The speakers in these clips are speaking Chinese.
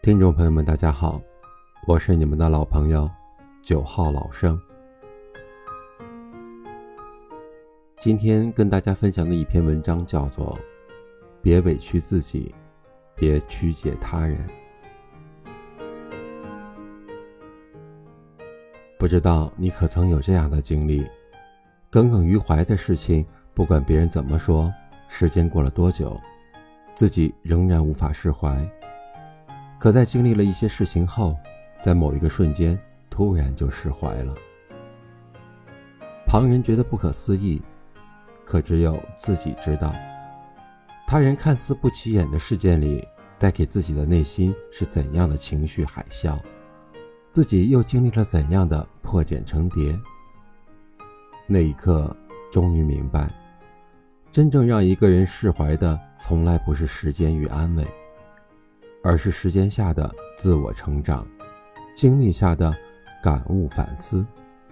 听众朋友们大家好，我是你们的老朋友9号老生。今天跟大家分享的一篇文章叫做别委屈自己，别曲解他人。不知道你可曾有这样的经历，耿耿于怀的事情，不管别人怎么说，时间过了多久，自己仍然无法释怀。可在经历了一些事情后，在某一个瞬间突然就释怀了。旁人觉得不可思议，可只有自己知道，他人看似不起眼的事件里带给自己的内心是怎样的情绪海啸，自己又经历了怎样的破茧成蝶。那一刻终于明白，真正让一个人释怀的从来不是时间与安慰，而是时间下的自我成长，经历下的感悟反思。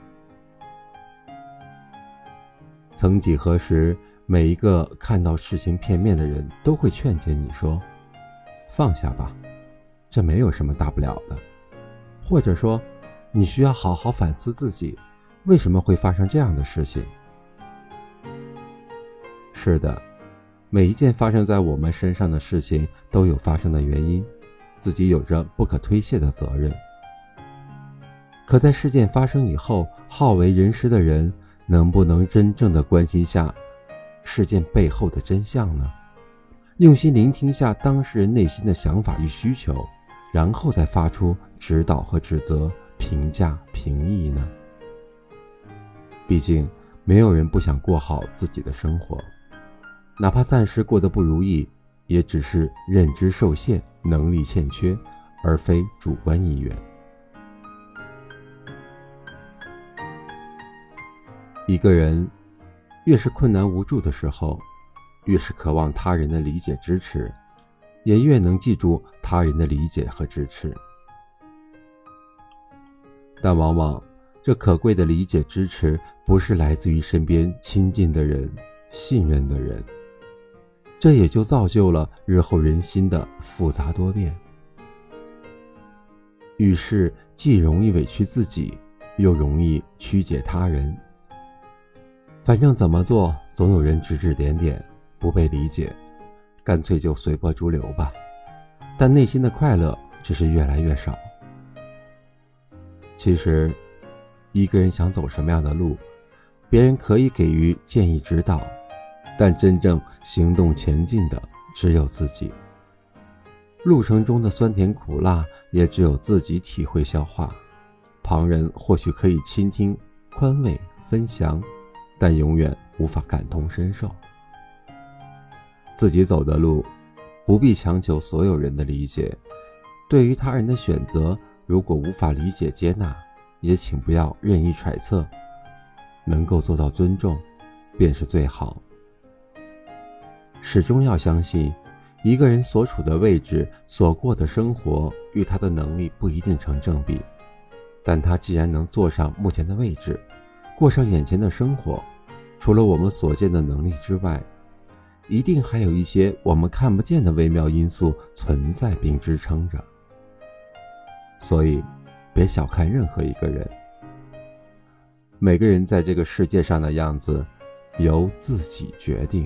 曾几何时，每一个看到事情片面的人都会劝解你说，放下吧，这没有什么大不了的，或者说你需要好好反思自己为什么会发生这样的事情。是的，每一件发生在我们身上的事情都有发生的原因，自己有着不可推卸的责任。可在事件发生以后，好为人师的人能不能真正的关心下事件背后的真相呢？用心聆听下当事人内心的想法与需求，然后再发出指导和指责、评价、评议呢？毕竟没有人不想过好自己的生活，哪怕暂时过得不如意，也只是认知受限，能力欠缺，而非主观意愿。一个人越是困难无助的时候，越是渴望他人的理解支持，也越能记住他人的理解和支持。但往往这可贵的理解支持不是来自于身边亲近的人、信任的人，这也就造就了日后人心的复杂多变。于是既容易委屈自己，又容易曲解他人。反正怎么做总有人指指点点，不被理解，干脆就随波逐流吧。但内心的快乐只是越来越少。其实一个人想走什么样的路，别人可以给予建议指导，但真正行动前进的只有自己。路程中的酸甜苦辣也只有自己体会消化，旁人或许可以倾听、宽慰、分享，但永远无法感同身受。自己走的路，不必强求所有人的理解。对于他人的选择，如果无法理解接纳，也请不要任意揣测，能够做到尊重，便是最好。始终要相信，一个人所处的位置、所过的生活与他的能力不一定成正比，但他既然能坐上目前的位置，过上眼前的生活，除了我们所见的能力之外，一定还有一些我们看不见的微妙因素存在并支撑着。所以别小看任何一个人，每个人在这个世界上的样子由自己决定。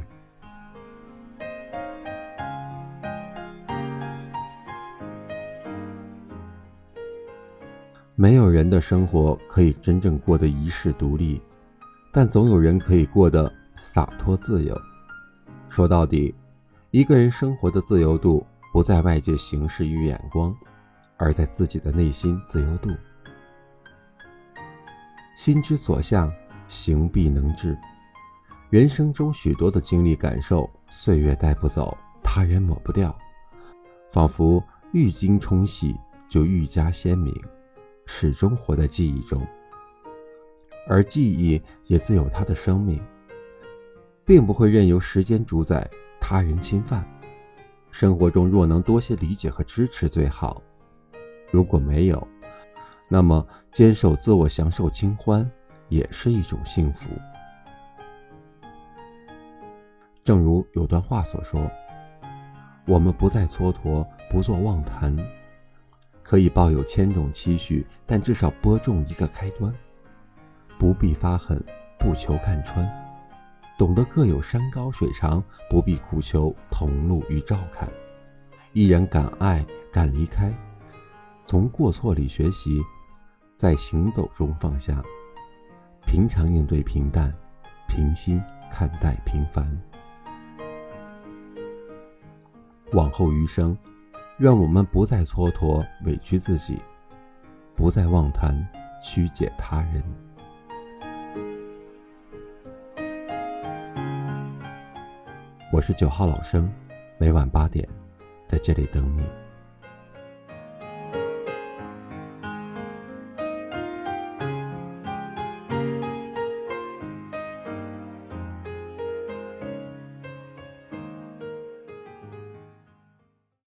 没有人的生活可以真正过得一世独立，但总有人可以过得洒脱自由。说到底，一个人生活的自由度不在外界形式与眼光，而在自己的内心自由度。心之所向，行必能至。人生中许多的经历感受，岁月带不走，他人抹不掉，仿佛愈经冲洗就愈加鲜明，始终活在记忆中。而记忆也自有它的生命，并不会任由时间主宰，他人侵犯。生活中若能多些理解和支持最好，如果没有，那么坚守自我，享受清欢，也是一种幸福。正如有段话所说，我们不再蹉跎，不做妄谈， 可以抱有千种期许，但至少播种一个开端。不必发狠，不求看穿，懂得各有山高水长，不必苦求同路与照看。一人敢爱敢离开，从过错里学习，在行走中放下，平常应对平淡，平心看待平凡。往后余生，愿我们不再蹉跎委屈自己，不再妄谈曲解他人。我是9号老生，每晚8点在这里等你。